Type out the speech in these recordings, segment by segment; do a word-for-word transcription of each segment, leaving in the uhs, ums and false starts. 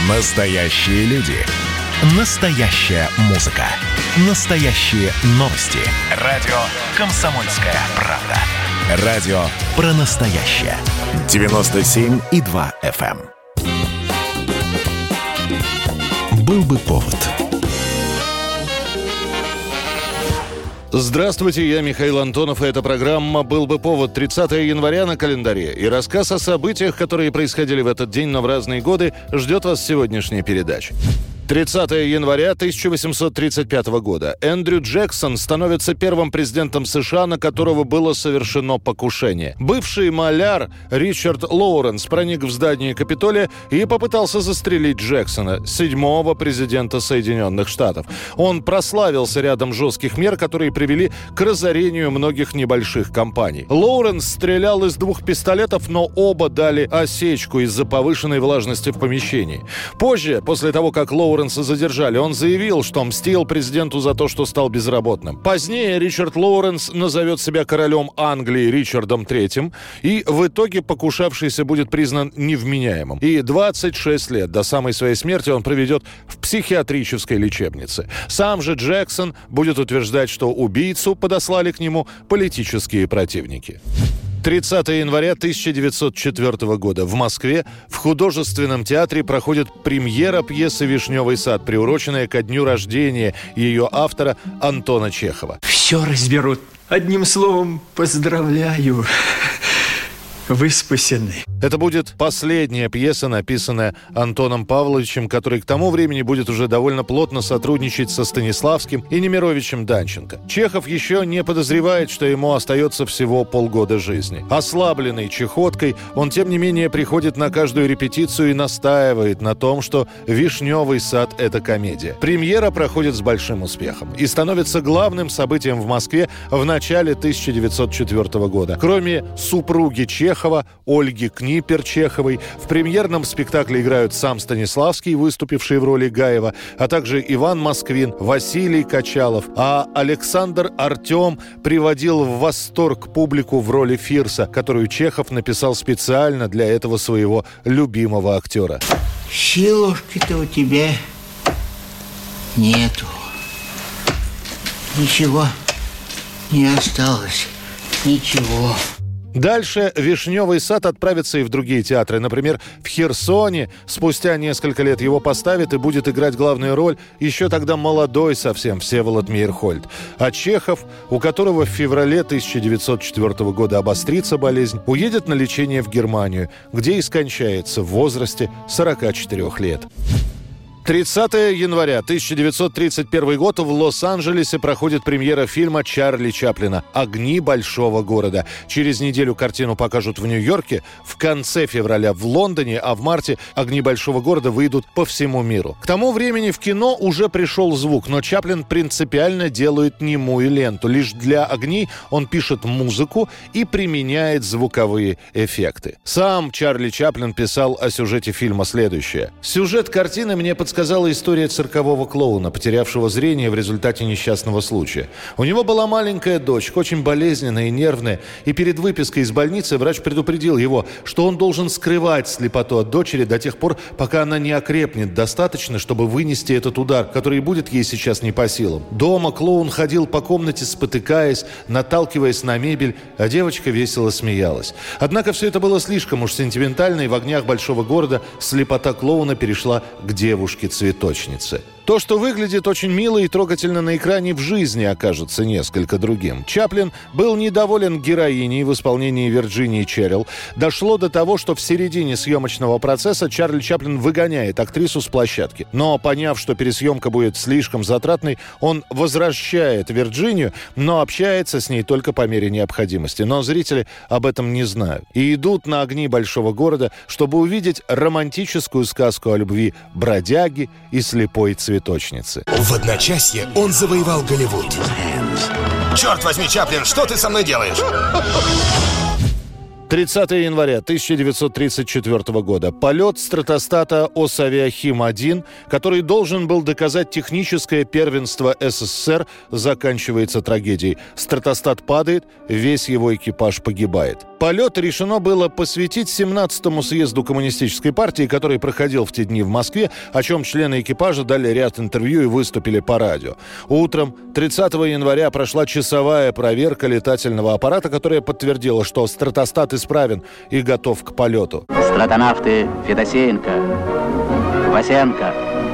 Настоящие люди. Настоящая музыка. Настоящие новости. Радио «Комсомольская правда». Радио про настоящее. девяносто семь и два эф эм. Был бы повод. Здравствуйте, я Михаил Антонов, и эта программа «Был бы повод». тридцатое января на календаре. И рассказ о событиях, которые происходили в этот день, но в разные годы, ждет вас в сегодняшней передаче. тридцатое января тысяча восемьсот тридцать пятого года. Эндрю Джексон становится первым президентом США, на которого было совершено покушение. Бывший маляр Ричард Лоуренс проник в здание Капитолия и попытался застрелить Джексона, седьмого президента Соединенных Штатов. Он прославился рядом жестких мер, которые привели к разорению многих небольших компаний. Лоуренс стрелял из двух пистолетов, но оба дали осечку из-за повышенной влажности в помещении. Позже, после того, как Лоуренс Лоуренса задержали, он заявил, что мстил президенту за то, что стал безработным. Позднее Ричард Лоуренс назовет себя королем Англии Ричардом третьим, и в итоге покушавшийся будет признан невменяемым. И двадцать шесть лет до самой своей смерти он проведет в психиатрической лечебнице. Сам же Джексон будет утверждать, что убийцу подослали к нему политические противники. тридцатое января тысяча девятьсот четвёртого года в Москве в художественном театре проходит премьера пьесы «Вишневый сад», приуроченная ко дню рождения ее автора Антона Чехова. Все разберут. Одним словом, поздравляю. Вы спасены. Это будет последняя пьеса, написанная Антоном Павловичем, который к тому времени будет уже довольно плотно сотрудничать со Станиславским и Немировичем Данченко. Чехов еще не подозревает, что ему остается всего полгода жизни. Ослабленный чехоткой, он, тем не менее, приходит на каждую репетицию и настаивает на том, что «Вишневый сад» — это комедия. Премьера проходит с большим успехом и становится главным событием в Москве в начале тысяча девятьсот четвёртого года. Кроме супруги Чехова, Ольги Книпер-Чеховой, в премьерном спектакле играют сам Станиславский, выступивший в роли Гаева, а также Иван Москвин, Василий Качалов, а Александр Артем приводил в восторг публику в роли Фирса, которую Чехов написал специально для этого своего любимого актера. Силушки-то у тебя нету. Ничего не осталось. Ничего. Дальше «Вишневый сад» отправится и в другие театры. Например, в Херсоне спустя несколько лет его поставят и будет играть главную роль еще тогда молодой совсем Всеволод Мейерхольд. А Чехов, у которого в феврале тысяча девятьсот четвёртого года обострится болезнь, уедет на лечение в Германию, где и скончается в возрасте сорока четырёх лет. тридцатое января тысяча девятьсот тридцать первый год в Лос-Анджелесе проходит премьера фильма Чарли Чаплина «Огни большого города». Через неделю картину покажут в Нью-Йорке, в конце февраля в Лондоне, а в марте «Огни большого города» выйдут по всему миру. К тому времени в кино уже пришел звук, но Чаплин принципиально делает немую ленту. Лишь для «Огней» он пишет музыку и применяет звуковые эффекты. Сам Чарли Чаплин писал о сюжете фильма следующее. «Сюжет картины мне подсказал Сказала история циркового клоуна, потерявшего зрение в результате несчастного случая. У него была маленькая дочка, очень болезненная и нервная, и перед выпиской из больницы врач предупредил его, что он должен скрывать слепоту от дочери до тех пор, пока она не окрепнет достаточно, чтобы вынести этот удар, который будет ей сейчас не по силам. Дома клоун ходил по комнате, спотыкаясь, наталкиваясь на мебель, а девочка весело смеялась. Однако все это было слишком уж сентиментально, и в «Огнях большого города» слепота клоуна перешла к девушке-цветочнице. То, что выглядит очень мило и трогательно на экране, в жизни окажется несколько другим. Чаплин был недоволен героиней в исполнении Вирджинии Черрилл. Дошло до того, что в середине съемочного процесса Чарли Чаплин выгоняет актрису с площадки. Но, поняв, что пересъемка будет слишком затратной, он возвращает Вирджинию, но общается с ней только по мере необходимости. Но зрители об этом не знают. И идут на «Огни большого города», чтобы увидеть романтическую сказку о любви бродяги и слепой цветочницы. В одночасье он завоевал Голливуд. Черт возьми, Чаплин, что ты со мной делаешь? тридцатого января тысяча девятьсот тридцать четвёртого года. Полет стратостата «Осавиахим один», который должен был доказать техническое первенство СССР, заканчивается трагедией. Стратостат падает, весь его экипаж погибает. Полет решено было посвятить семнадцатому съезду Коммунистической партии, который проходил в те дни в Москве, о чем члены экипажа дали ряд интервью и выступили по радио. Утром тридцатого января прошла часовая проверка летательного аппарата, которая подтвердила, что стратостат исправен и готов к полету. Стратонавты Федосеенко, Васенко,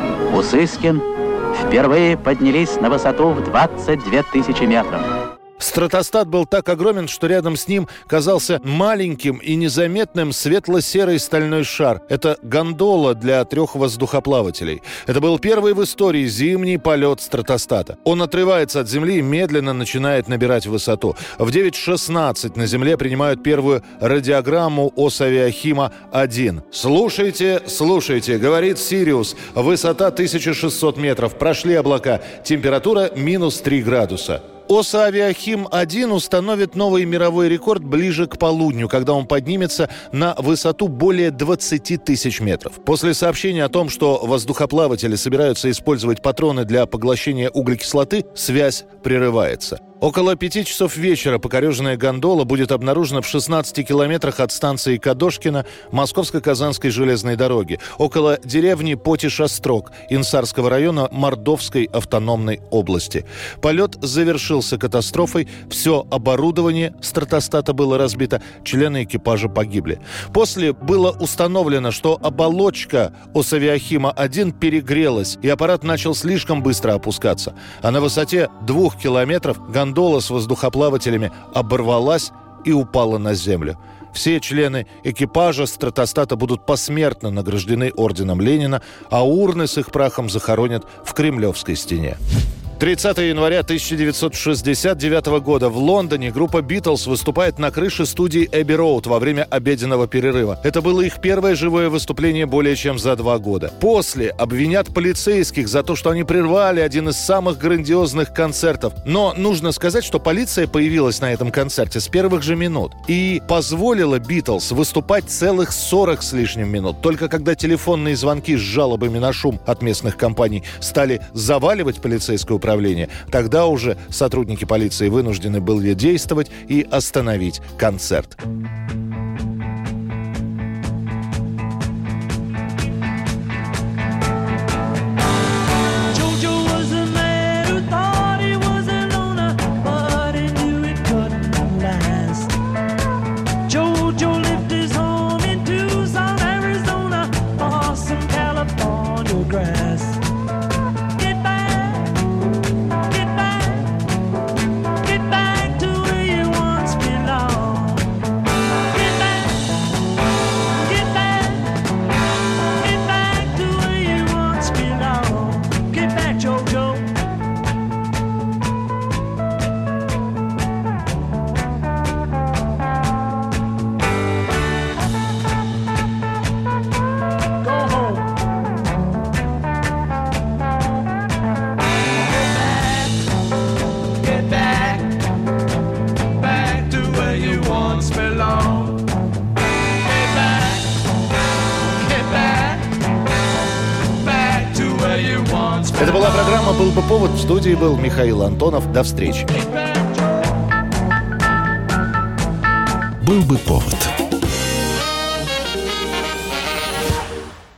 Усыскин впервые поднялись на высоту в двадцать две тысячи метров. Стратостат был так огромен, что рядом с ним казался маленьким и незаметным светло-серый стальной шар. Это гондола для трех воздухоплавателей. Это был первый в истории зимний полет стратостата. Он отрывается от земли и медленно начинает набирать высоту. В девять шестнадцать на земле принимают первую радиограмму «Осавиахима один». «Слушайте, слушайте», — говорит Сириус. Высота тысяча шестьсот метров. Прошли облака. Температура минус три градуса. «Осавиахим один» установит новый мировой рекорд ближе к полудню, когда он поднимется на высоту более двадцати тысяч метров. После сообщения о том, что воздухоплаватели собираются использовать патроны для поглощения углекислоты, связь прерывается. Около пяти часов вечера покореженная гондола будет обнаружена в шестнадцати километрах от станции Кадошкина Московско-Казанской железной дороги, около деревни Потиш-Острог Инсарского района Мордовской автономной области. Полет завершился катастрофой, все оборудование стратостата было разбито, члены экипажа погибли. После было установлено, что оболочка Осавиахима один перегрелась, и аппарат начал слишком быстро опускаться. А на высоте двух километров гондола Гондола с воздухоплавателями оборвалась и упала на землю. Все члены экипажа стратостата будут посмертно награждены орденом Ленина, а урны с их прахом захоронят в Кремлевской стене. тридцатого января тысяча девятьсот шестьдесят девятого года в Лондоне группа «Битлз» выступает на крыше студии «Эбби Роуд» во время обеденного перерыва. Это было их первое живое выступление более чем за два года. После обвинят полицейских за то, что они прервали один из самых грандиозных концертов. Но нужно сказать, что полиция появилась на этом концерте с первых же минут и позволила «Битлз» выступать целых сорок с лишним минут. Только когда телефонные звонки с жалобами на шум от местных компаний стали заваливать полицейское управление, тогда уже сотрудники полиции вынуждены были действовать и остановить концерт. Это была программа «Был бы повод». В студии был Михаил Антонов. До встречи. «Был бы повод».